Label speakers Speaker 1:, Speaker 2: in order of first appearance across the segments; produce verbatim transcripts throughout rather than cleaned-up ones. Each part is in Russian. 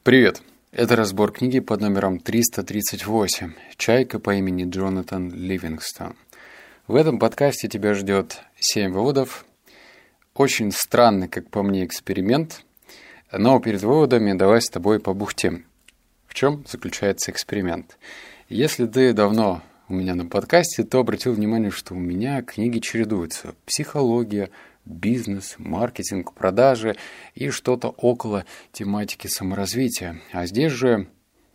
Speaker 1: Привет! Это разбор книги под номером триста тридцать восемь «Чайка по имени Джонатан Ливингстон». В этом подкасте тебя ждет семь выводов. Очень странный, как по мне, эксперимент. Но перед выводами давай с тобой побухтим. В чем заключается эксперимент? Если ты давно у меня на подкасте, то обратил внимание, что у меня книги чередуются. Психология, бизнес, маркетинг, продажи и что-то около тематики саморазвития. А здесь же,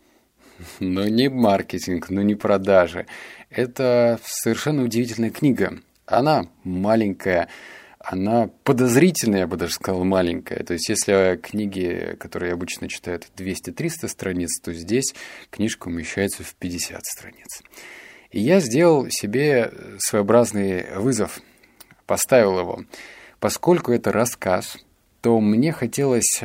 Speaker 1: ну не маркетинг, ну не продажи. Это совершенно удивительная книга. Она маленькая, она подозрительная, я бы даже сказал, маленькая. То есть если книги, которые я обычно читаю, это двести-триста страниц, то здесь книжка умещается в пятьдесят страниц. И я сделал себе своеобразный вызов, поставил его. Поскольку это рассказ, то мне хотелось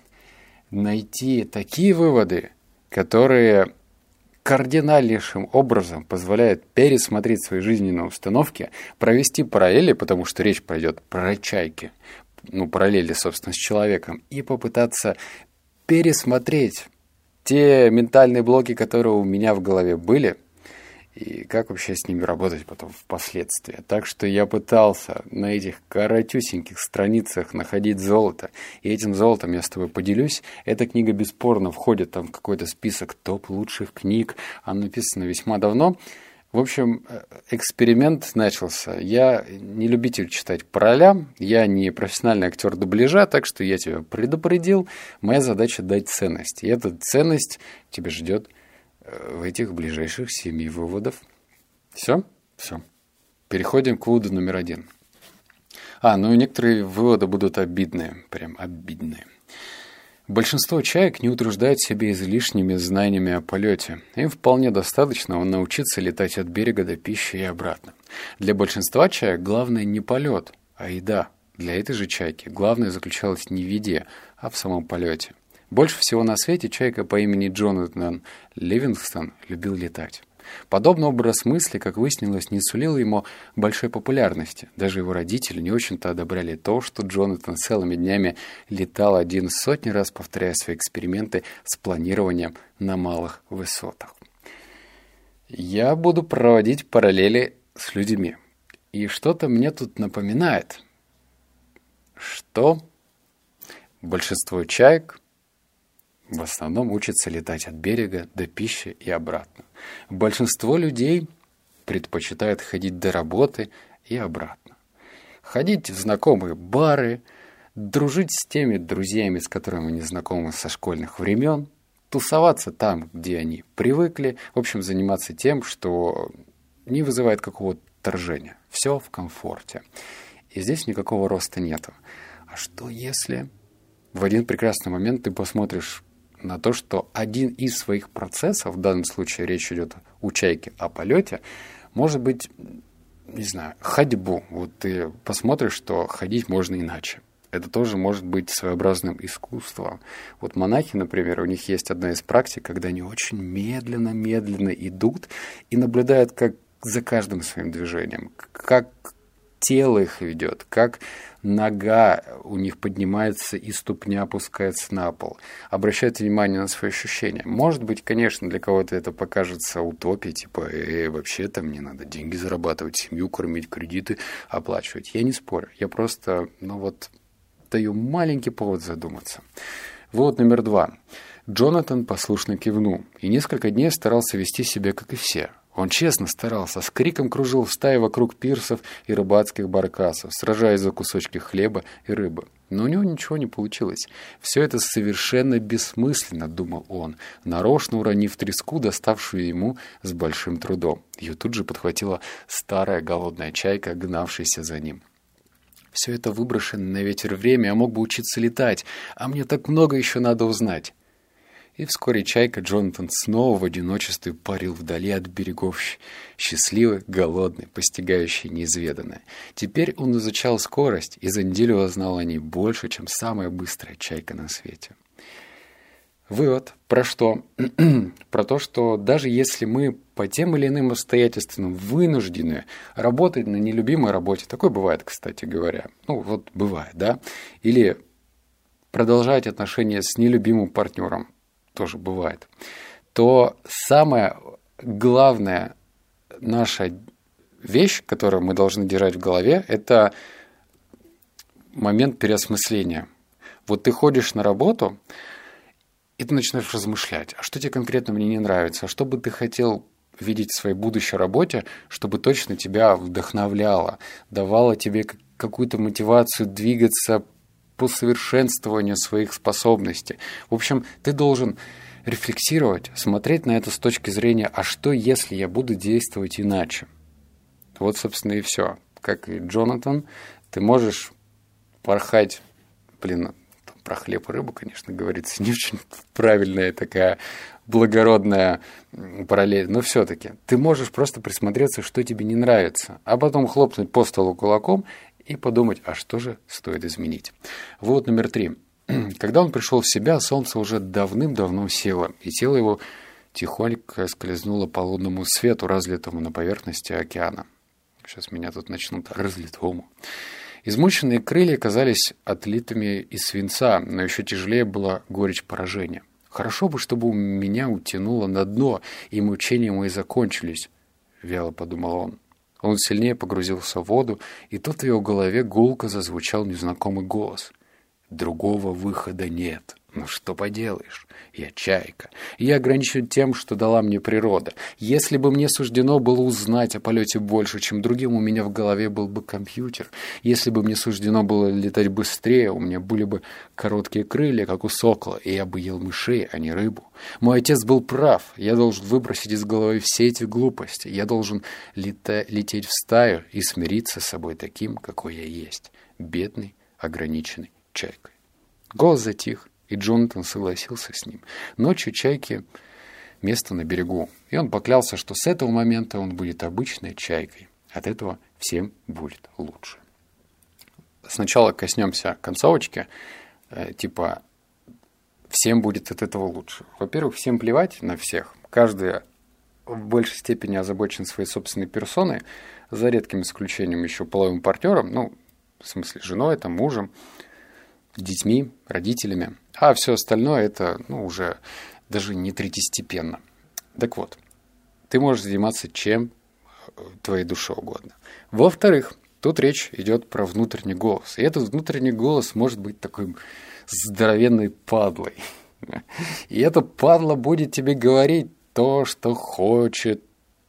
Speaker 1: найти такие выводы, которые кардинальнейшим образом позволяют пересмотреть свои жизненные установки, провести параллели, потому что речь пойдет про чайки, ну, параллели, собственно, с человеком, и попытаться пересмотреть те ментальные блоки, которые у меня в голове были, и как вообще с ними работать потом впоследствии. Так что я пытался на этих коротюсеньких страницах находить золото. И этим золотом я с тобой поделюсь. Эта книга бесспорно входит там в какой-то список топ лучших книг. Она написана весьма давно. В общем, эксперимент начался. Я не любитель читать по ролям. Я не профессиональный актер дубляжа, так что я тебя предупредил. Моя задача дать ценность. И эта ценность тебя ждет в этих ближайших семи выводов. Все? Все. Переходим к выводу номер один. А, ну и некоторые выводы будут обидные. Прям обидные. Большинство чаек не утруждает себя излишними знаниями о полете. Им вполне достаточно научиться летать от берега до пищи и обратно. Для большинства чаек главное не полет, а еда. Для этой же чайки главное заключалось не в еде, а в самом полете. Больше всего на свете чайка по имени Джонатан Ливингстон любил летать. Подобный образ мысли, как выяснилось, не сулил ему большой популярности. Даже его родители не очень-то одобряли то, что Джонатан целыми днями летал один сотни раз, повторяя свои эксперименты с планированием на малых высотах. Я буду проводить параллели с людьми. И что-то мне тут напоминает, что большинство чаек в основном учатся летать от берега до пищи и обратно. Большинство людей предпочитают ходить до работы и обратно. Ходить в знакомые бары, дружить с теми друзьями, с которыми они знакомы со школьных времен, тусоваться там, где они привыкли, в общем, заниматься тем, что не вызывает какого-то торжения. Все в комфорте. И здесь никакого роста нету. А что если в один прекрасный момент ты посмотришь на то, что один из своих процессов, в данном случае речь идет у чайки о полете, может быть, не знаю, ходьбу. Вот ты посмотришь, что ходить можно иначе. Это тоже может быть своеобразным искусством. Вот монахи, например, у них есть одна из практик, когда они очень медленно-медленно идут и наблюдают как за каждым своим движением, как тело их ведет, как нога у них поднимается и ступня опускается на пол. Обращайте внимание на свои ощущения. Может быть, конечно, для кого-то это покажется утопией, типа, э, вообще-то мне надо деньги зарабатывать, семью кормить, кредиты оплачивать. Я не спорю, я просто, ну вот, даю маленький повод задуматься. Вывод номер два. Джонатан послушно кивнул и несколько дней старался вести себя, как и все. Он честно старался, с криком кружил в стае вокруг пирсов и рыбацких баркасов, сражаясь за кусочки хлеба и рыбы. Но у него ничего не получилось. Все это совершенно бессмысленно, думал он, нарочно уронив треску, доставшую ему с большим трудом. Ее тут же подхватила старая голодная чайка, гнавшаяся за ним. Все это выброшено на ветер время, я мог бы учиться летать, а мне так много еще надо узнать. И вскоре чайка Джонатан снова в одиночестве парил вдали от берегов, счастливый, голодный, постигающий неизведанное. Теперь он изучал скорость и за неделю узнал о ней больше, чем самая быстрая чайка на свете. Вывод про что? Про то, что даже если мы по тем или иным обстоятельствам вынуждены работать на нелюбимой работе, такое бывает, кстати говоря, ну вот бывает, да, или продолжать отношения с нелюбимым партнером, тоже бывает, то самая главная наша вещь, которую мы должны держать в голове, это момент переосмысления. Вот ты ходишь на работу, и ты начинаешь размышлять, а что тебе конкретно мне не нравится, а что бы ты хотел видеть в своей будущей работе, чтобы точно тебя вдохновляло, давало тебе какую-то мотивацию двигаться по совершенствованию своих способностей. В общем, ты должен рефлексировать, смотреть на это с точки зрения, а что, если я буду действовать иначе? Вот, собственно, и все. Как и Джонатан, ты можешь порхать, блин, про хлеб и рыбу, конечно, говорится, не очень правильная такая благородная параллель, но все-таки ты можешь просто присмотреться, что тебе не нравится, а потом хлопнуть по столу кулаком и подумать, а что же стоит изменить. Вывод номер три. Когда он пришел в себя, солнце уже давным-давно село, и тело его тихонько скользнуло по лунному свету, разлитому на поверхности океана. Сейчас меня тут начнут разлитому. Измученные крылья казались отлитыми из свинца, но еще тяжелее была горечь поражения. «Хорошо бы, чтобы меня утянуло на дно, и мучения мои закончились», — вяло подумал он. Он сильнее погрузился в воду, и тут в его голове гулко зазвучал незнакомый голос. «Другого выхода нет. Ну что поделаешь? Я чайка. Я ограничен тем, что дала мне природа. Если бы мне суждено было узнать о полете больше, чем другим, у меня в голове был бы компьютер. Если бы мне суждено было летать быстрее, у меня были бы короткие крылья, как у сокола, и я бы ел мышей, а не рыбу. Мой отец был прав. Я должен выбросить из головы все эти глупости. Я должен лета- лететь в стаю и смириться с собой таким, какой я есть. Бедный, ограниченный чайкой». Голос затих, и Джонатан согласился с ним. Ночью чайки место на берегу, и он поклялся, что с этого момента он будет обычной чайкой. От этого всем будет лучше. Сначала коснемся концовочки, э, типа всем будет от этого лучше. Во-первых, всем плевать на всех. Каждый в большей степени озабочен своей собственной персоной, за редким исключением еще половым партнером, ну, в смысле, женой, там, мужем, детьми, родителями, а все остальное это, ну, уже даже не третьестепенно. Так вот, ты можешь заниматься чем твоей душе угодно. Во-вторых, тут речь идет про внутренний голос. И этот внутренний голос может быть такой здоровенной падлой. И эта падла будет тебе говорить то, что хочет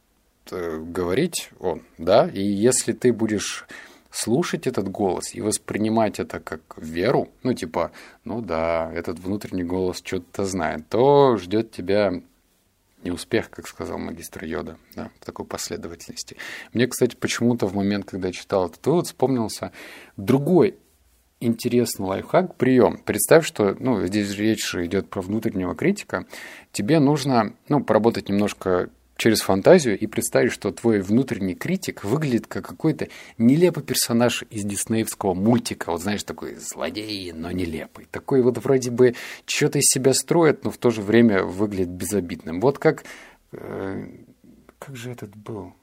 Speaker 1: э, говорить он, да? И если ты будешь слушать этот голос и воспринимать это как веру, ну, типа, ну да, этот внутренний голос что-то знает, то ждет тебя неуспех, как сказал магистр Йода, да, в такой последовательности. Мне, кстати, почему-то в момент, когда я читал этот вывод, вспомнился другой интересный лайфхак, прием. Представь, что, ну, здесь речь идет про внутреннего критика, тебе нужно, ну, поработать немножко через фантазию и представить, что твой внутренний критик выглядит как какой-то нелепый персонаж из диснеевского мультика. Вот знаешь, такой злодей, но нелепый. Такой вот вроде бы что-то из себя строит, но в то же время выглядит безобидным. Вот как... Э, как же этот был?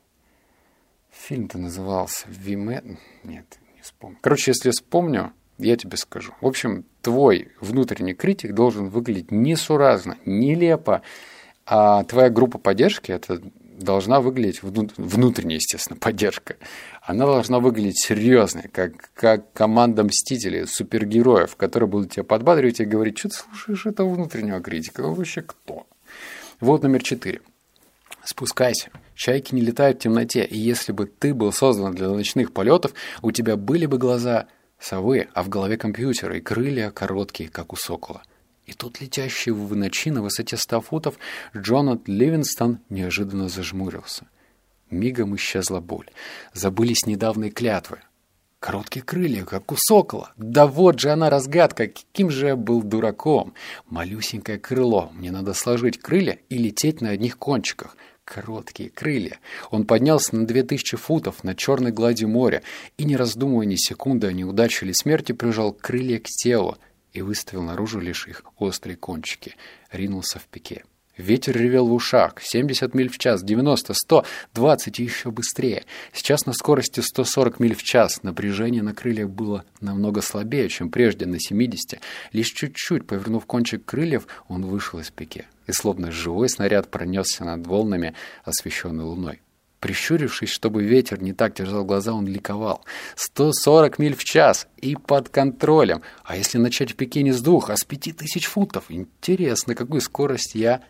Speaker 1: Фильм-то назывался «Вимен». Нет, не вспомню. Короче, если вспомню, я тебе скажу. В общем, твой внутренний критик должен выглядеть несуразно, нелепо, а твоя группа поддержки, это должна выглядеть, внутренняя, естественно, поддержка, она должна выглядеть серьезной, как, как команда мстителей, супергероев, которые будут тебя подбадривать и говорить, что ты слушаешь этого внутреннего критика, он вообще кто? Вот номер четыре. Спускайся. Чайки не летают в темноте, и если бы ты был создан для ночных полетов, у тебя были бы глаза совы, а в голове компьютера и крылья короткие, как у сокола. И тут летящий в ночи на высоте ста футов Джонатан Ливингстон неожиданно зажмурился. Мигом исчезла боль. Забылись недавние клятвы. Короткие крылья, как у сокола. Да вот же она разгадка, каким же я был дураком. Малюсенькое крыло. Мне надо сложить крылья и лететь на одних кончиках. Короткие крылья. Он поднялся на две тысячи футов над черной гладью моря и, не раздумывая ни секунды о неудаче или смерти, прижал крылья к телу и выставил наружу лишь их острые кончики. Ринулся в пике. Ветер ревел в ушах. семьдесят миль в час, девяносто, сто, двадцать и еще быстрее. Сейчас на скорости сто сорок миль в час. Напряжение на крыльях было намного слабее, чем прежде, на семидесяти. Лишь чуть-чуть, повернув кончик крыльев, он вышел из пике. И словно живой снаряд пронесся над волнами, освещенной луной. Прищурившись, чтобы ветер не так терзал глаза, он ликовал. сто сорок миль в час и под контролем. А если начать в пике не с двух, а с пяти тысяч футов? Интересно, какую скорость я...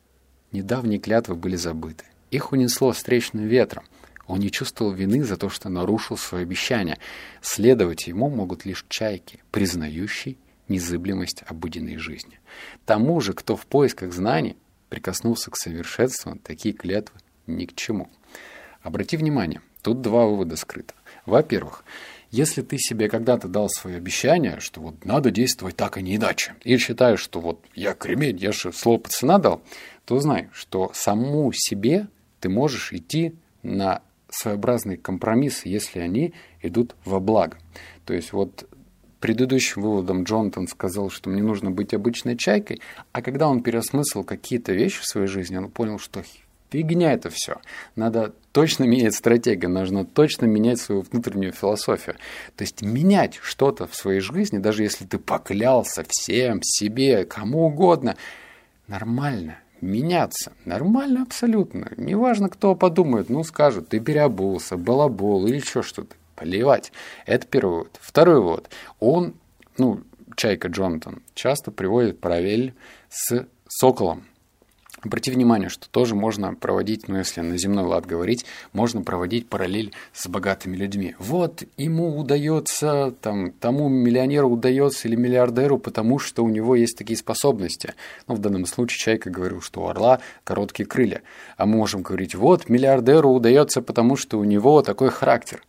Speaker 1: Недавние клятвы были забыты. Их унесло встречным ветром. Он не чувствовал вины за то, что нарушил свое обещание. Следовать ему могут лишь чайки, признающие незыблемость обыденной жизни. Тому же, кто в поисках знаний прикоснулся к совершенству, такие клятвы ни к чему. Обрати внимание, тут два вывода скрыто. Во-первых, если ты себе когда-то дал свое обещание, что вот надо действовать так, а не иначе, и считаешь, что вот я кремень, я же слово пацана дал, то знай, что саму себе ты можешь идти на своеобразные компромиссы, если они идут во благо. То есть вот предыдущим выводом Джонатан сказал, что мне нужно быть обычной чайкой, а когда он переосмыслил какие-то вещи в своей жизни, он понял, что фигня это все. Надо точно менять стратегию, нужно точно менять свою внутреннюю философию. То есть менять что-то в своей жизни, даже если ты поклялся всем, себе, кому угодно, нормально. Меняться. Нормально абсолютно. Неважно, кто подумает, ну, скажут, ты переобулся, балабол или еще что-то. Плевать. Это первый вывод. Второй вывод. Он, ну, чайка Джонатан, часто приводит параллель с соколом. Обрати внимание, что тоже можно проводить, ну, если на земной лад говорить, можно проводить параллель с богатыми людьми. Вот ему удается, там, тому миллионеру удается или миллиардеру, потому что у него есть такие способности. Ну, в данном случае чайка говорил, что у орла короткие крылья. А мы можем говорить, вот миллиардеру удается, потому что у него такой характер.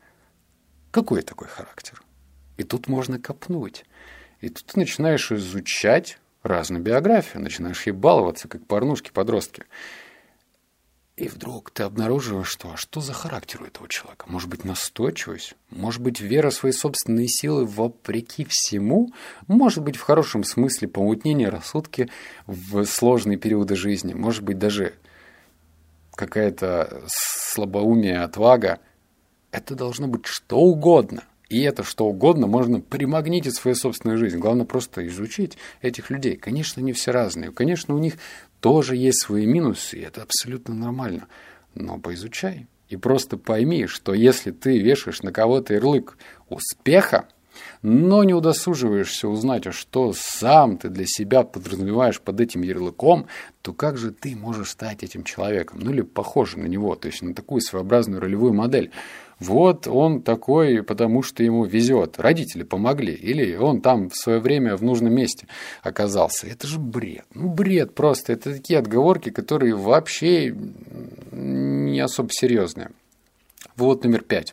Speaker 1: Какой такой характер? И тут можно копнуть. И тут ты начинаешь изучать разную биографию, начинаешь ей баловаться, как порнушки-подростки. И вдруг ты обнаруживаешь, что а что за характер у этого человека? Может быть, настойчивость? Может быть, вера в свои собственные силы вопреки всему? Может быть, в хорошем смысле помутнение рассудки в сложные периоды жизни? Может быть, даже какая-то слабоумие, отвага? Это должно быть что угодно. И это что угодно можно примагнитить в свою собственную жизнь. Главное просто изучить этих людей. Конечно, они все разные. Конечно, у них тоже есть свои минусы, и это абсолютно нормально. Но поизучай. И просто пойми, что если ты вешаешь на кого-то ярлык успеха, но не удосуживаешься узнать, а что сам ты для себя подразумеваешь под этим ярлыком, то как же ты можешь стать этим человеком? Ну или похожим на него, то есть на такую своеобразную ролевую модель. Вот он такой, потому что ему везет. Родители помогли. Или он там в свое время в нужном месте оказался. Это же бред. Ну, бред просто. Это такие отговорки, которые вообще не особо серьезные. Вывод номер пять.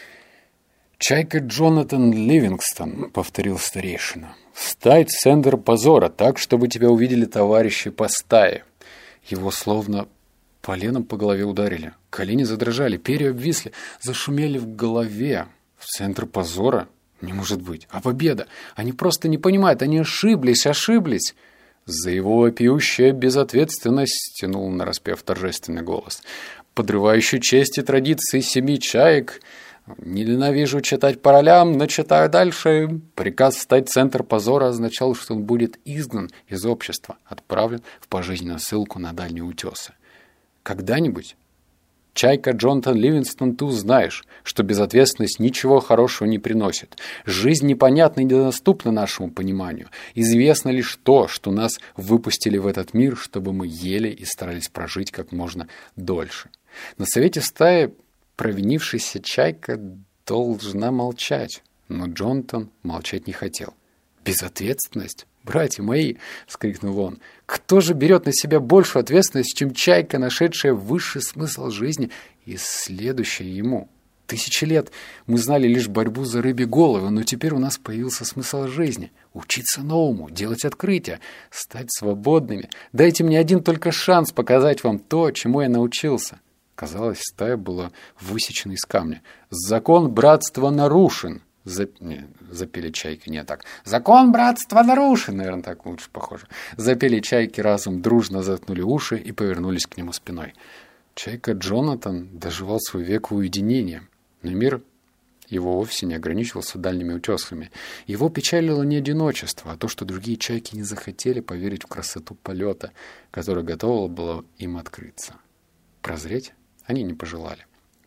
Speaker 1: «Чайка Джонатан Ливингстон», — повторил старейшина. «Встать в центр позора, так, чтобы тебя увидели товарищи по стае». Его словно поленом по голове ударили. Колени задрожали, перья обвисли, зашумели в голове. В центр позора? Не может быть. А победа? Они просто не понимают, они ошиблись, ошиблись. За его вопиющая безответственность, тянул нараспев торжественный голос, подрывающий честь и традиции семи чаек. Ненавижу читать по ролям, но читаю дальше. Приказ встать в центр позора означал, что он будет изгнан из общества, отправлен в пожизненную ссылку на дальние утесы. Когда-нибудь, чайка Джонатан Ливингстон, ты узнаешь, что безответственность ничего хорошего не приносит. Жизнь непонятна и недоступна нашему пониманию. Известно лишь то, что нас выпустили в этот мир, чтобы мы ели и старались прожить как можно дольше. На совете стаи провинившаяся чайка должна молчать, но Джонатан молчать не хотел. «Безответственность? Братья мои!» — вскрикнул он. «Кто же берет на себя большую ответственность, чем чайка, нашедшая высший смысл жизни и следующая ему? Тысячи лет мы знали лишь борьбу за рыбьи головы, но теперь у нас появился смысл жизни. Учиться новому, делать открытия, стать свободными. Дайте мне один только шанс показать вам то, чему я научился». Казалось, стая была высечена из камня. «Закон братства нарушен!» Зап... Не, запели чайки, не так. Закон братства нарушен, наверное, так лучше похоже. Запели чайки разом, дружно заткнули уши и повернулись к нему спиной. Чайка Джонатан доживал свой век в уединении, но мир его вовсе не ограничивался дальними утесами. Его печалило не одиночество, а то, что другие чайки не захотели поверить в красоту полета, которое готово было им открыться. Прозреть они не пожелали.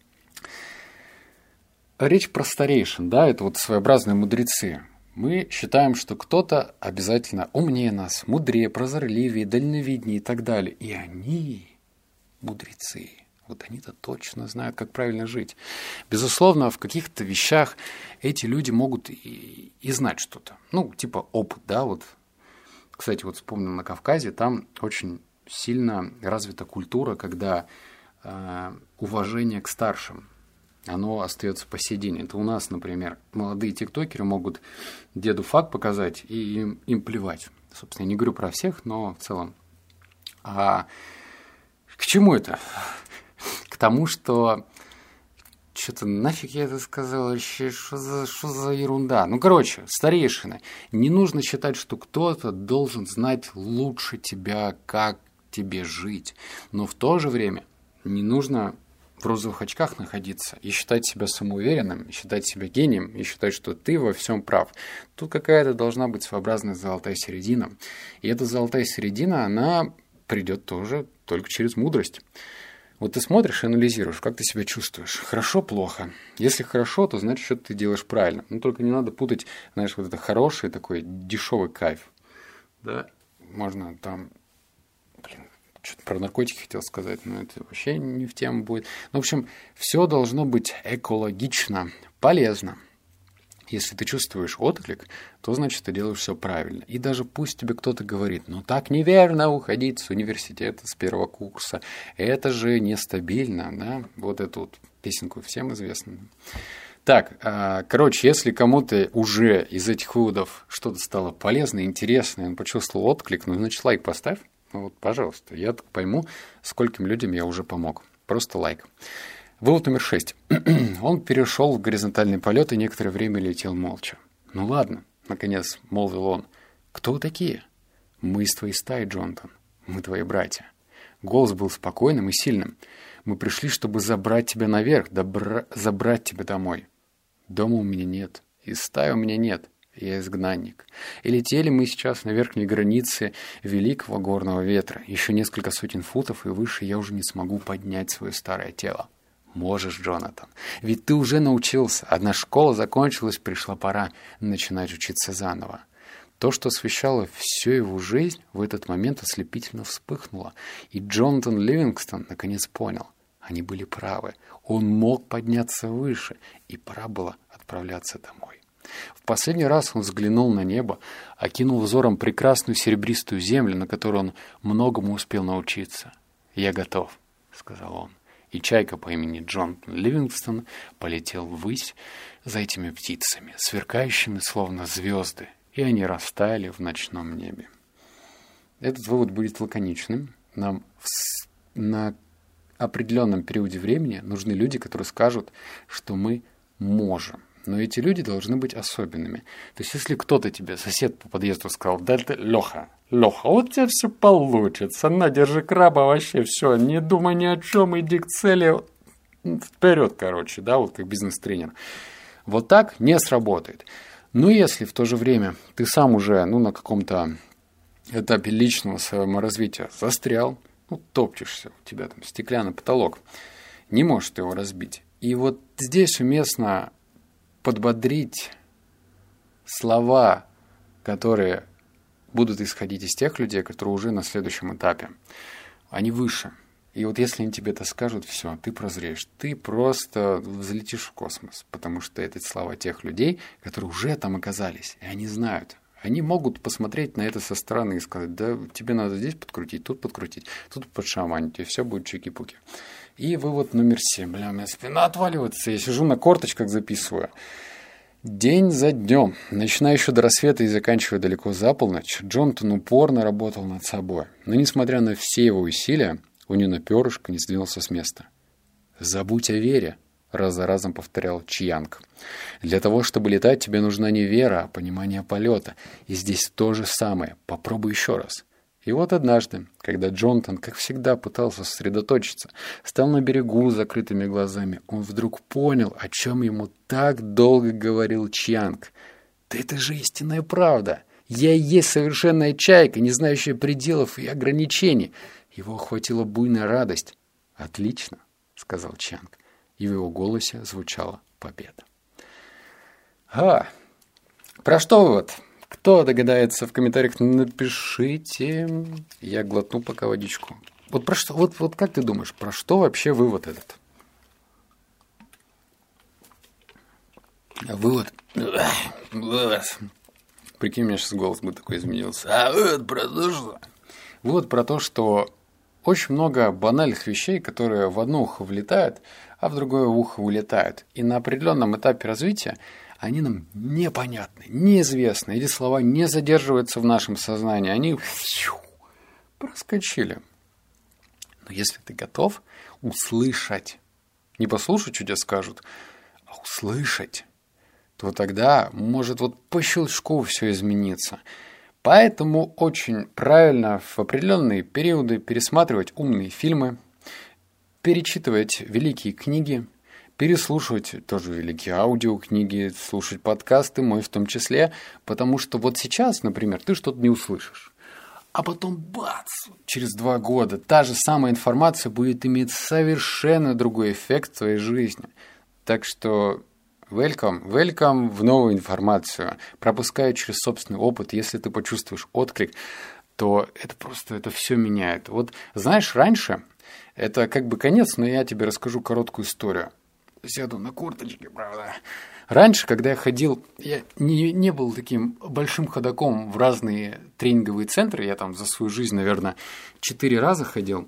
Speaker 1: Речь про старейшин, да, это вот своеобразные мудрецы. Мы считаем, что кто-то обязательно умнее нас, мудрее, прозорливее, дальновиднее и так далее. И они мудрецы. Вот они-то точно знают, как правильно жить. Безусловно, в каких-то вещах эти люди могут и, и знать что-то. Ну, типа опыт, да, вот. Кстати, вот вспомнил на Кавказе, там очень сильно развита культура, когда э, уважение к старшим, оно остается по сей день. Это у нас, например, молодые тиктокеры могут деду факт показать, и им, им плевать. Собственно, я не говорю про всех, но в целом. А к чему это? К тому, что... Что-то нафиг я это сказал, вообще, что за, что за ерунда? Ну, короче, старейшины. Не нужно считать, что кто-то должен знать лучше тебя, как тебе жить. Но в то же время не нужно в розовых очках находиться и считать себя самоуверенным, и считать себя гением, и считать, что ты во всем прав. Тут какая-то должна быть своеобразная золотая середина. И эта золотая середина, она придет тоже только через мудрость. Вот ты смотришь и анализируешь, как ты себя чувствуешь. Хорошо, плохо. Если хорошо, то значит, что ты делаешь правильно. Но только не надо путать, знаешь, вот это хороший такой дешевый кайф. Да, можно там... Блин, что-то про наркотики хотел сказать, но это вообще не в тему будет. Ну, в общем, все должно быть экологично, полезно. Если ты чувствуешь отклик, то значит, ты делаешь все правильно. И даже пусть тебе кто-то говорит, ну так неверно уходить с университета, с первого курса. Это же нестабильно, да? Вот эту вот песенку всем известную. Так, короче, если кому-то уже из этих выводов что-то стало полезно, интересно, и он почувствовал отклик, ну, значит, лайк поставь. Ну вот, пожалуйста, я так пойму, скольким людям я уже помог. Просто лайк. Вывод номер шесть. Он перешел в горизонтальный полет и некоторое время летел молча. «Ну ладно», — наконец молвил он. «Кто вы такие?» «Мы из твоей стаи, Джонатан. Мы твои братья». Голос был спокойным и сильным. «Мы пришли, чтобы забрать тебя наверх, добра... забрать тебя домой». «Дома у меня нет, и стаи у меня нет. Я изгнанник. И летели мы сейчас на верхней границе великого горного ветра. Еще несколько сотен футов и выше я уже не смогу поднять свое старое тело». «Можешь, Джонатан. Ведь ты уже научился. Одна школа закончилась, пришла пора начинать учиться заново». То, что освещало всю его жизнь, в этот момент ослепительно вспыхнуло. И Джонатан Ливингстон наконец понял. Они были правы. Он мог подняться выше, и пора было отправляться домой. В последний раз он взглянул на небо, окинул взором прекрасную серебристую землю, на которой он многому успел научиться. «Я готов», — сказал он. И чайка по имени Джонатан Ливингстон полетел ввысь за этими птицами, сверкающими словно звезды, и они растаяли в ночном небе. Этот вывод будет лаконичным. Нам в... на определенном периоде времени нужны люди, которые скажут, что мы можем. Но эти люди должны быть особенными. То есть, если кто-то тебе, сосед по подъезду, сказал, да ты, Леха, Леха, вот у тебя все получится, на, держи краба, вообще все, не думай ни о чем, иди к цели, вперед, короче, да, вот как бизнес-тренер. Вот так не сработает. Но если в то же время ты сам уже, ну, на каком-то этапе личного саморазвития застрял, ну, топчешься, у тебя там стеклянный потолок, не можешь ты его разбить. И вот здесь уместно подбодрить слова, которые будут исходить из тех людей, которые уже на следующем этапе. Они выше. И вот если они тебе это скажут, все, ты прозреешь. Ты просто взлетишь в космос. Потому что это слова тех людей, которые уже там оказались. И они знают. Они могут посмотреть на это со стороны и сказать, да, тебе надо здесь подкрутить, тут подкрутить, тут подшаманить, и все будет чики-пуки. И вывод номер семь. Бля, у меня спина отваливается. Я сижу на корточках, записываю. День за днем, начиная еще до рассвета и заканчивая далеко за полночь, Джонатан упорно работал над собой. Но, несмотря на все его усилия, он ни на перышко не сдвинулся с места. «Забудь о вере», — раз за разом повторял Чьянг. Для того, чтобы летать, тебе нужна не вера, а понимание полета. И здесь то же самое. Попробуй еще раз. И вот однажды, когда Джонатан, как всегда, пытался сосредоточиться, стал на берегу с закрытыми глазами, он вдруг понял, о чем ему так долго говорил Чьянг. «Да это же истинная правда! Я и есть совершенная чайка, не знающая пределов и ограничений!» Его охватила буйная радость. «Отлично!» — сказал Чьянг, и в его голосе звучала победа. А, про что вывод? Кто догадается в комментариях, напишите. Я глотну пока водичку. Вот про что, вот, вот как ты думаешь, про что вообще вывод этот? Вывод. Прикинь, у меня сейчас голос бы такой изменился. А вывод про то, что? Вывод про то, что очень много банальных вещей, которые в одно ухо влетают, а в другое ухо вылетают. И на определенном этапе развития они нам непонятны, неизвестны. Эти слова не задерживаются в нашем сознании. Они фью, проскочили. Но если ты готов услышать, не послушать, что тебе скажут, а услышать, то тогда может вот по щелчку все измениться. Поэтому очень правильно в определенные периоды пересматривать умные фильмы, перечитывать великие книги, переслушивать тоже великие аудиокниги, слушать подкасты, мой в том числе, потому что вот сейчас, например, ты что-то не услышишь, а потом бац, через два года та же самая информация будет иметь совершенно другой эффект в твоей жизни. Так что welcome, welcome в новую информацию, пропуская через собственный опыт. Если ты почувствуешь отклик, то это просто, это все меняет. Вот знаешь, раньше, это как бы конец, но я тебе расскажу короткую историю. Сяду на курточке, правда. Раньше, когда я ходил, я не, не был таким большим ходоком в разные тренинговые центры. Я там за свою жизнь, наверное, четыре раза ходил.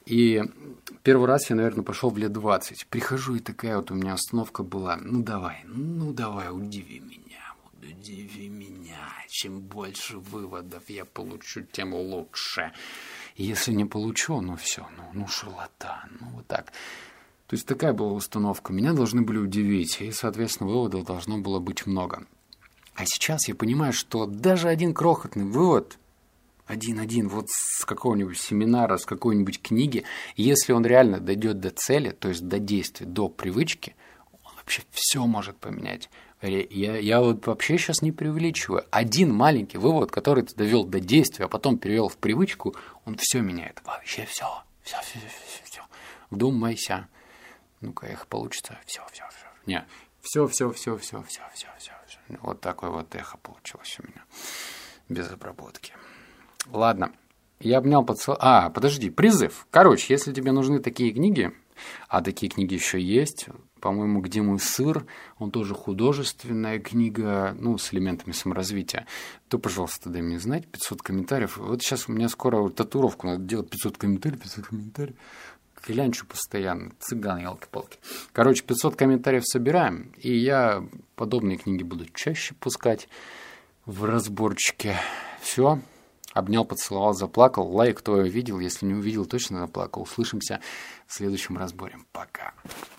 Speaker 1: И первый раз я, наверное, пошел в лет двадцать. Прихожу, и такая вот у меня остановка была. Ну, давай, ну, давай, удиви меня. Удиви меня. Чем больше выводов я получу, тем лучше. И если не получу, ну, все, ну, ну, шарлатан, ну, вот так. То есть такая была установка. Меня должны были удивить, и, соответственно, выводов должно было быть много. А сейчас я понимаю, что даже один крохотный вывод, один-один, вот с какого-нибудь семинара, с какой-нибудь книги, если он реально дойдет до цели, то есть до действия, до привычки, он вообще все может поменять. Я, я вот вообще сейчас не преувеличиваю. Один маленький вывод, который ты довел до действия, а потом перевел в привычку, он все меняет. Вообще все. Все, все, все, все. Вдумайся. Ну-ка, эхо получится. Все, все, все. Не, все, все, все, все, все, все, все. Вот такое вот эхо получилось у меня. Без обработки. Ладно. Я обнял поцелуй. А, подожди, призыв. Короче, если тебе нужны такие книги, а такие книги еще есть, по-моему, «Где мой сыр», он тоже художественная книга, ну, с элементами саморазвития, то, пожалуйста, дай мне знать, пятьсот комментариев. Вот сейчас у меня скоро татуировку надо делать, пятьсот комментариев, пятьсот комментариев. Клянчу постоянно, цыган, елки-палки. Короче, пятьсот комментариев собираем, и я подобные книги буду чаще пускать в разборчике. Все, обнял, поцеловал, заплакал. Лайк, кто видел, если не увидел, точно заплакал. Услышимся в следующем разборе. Пока.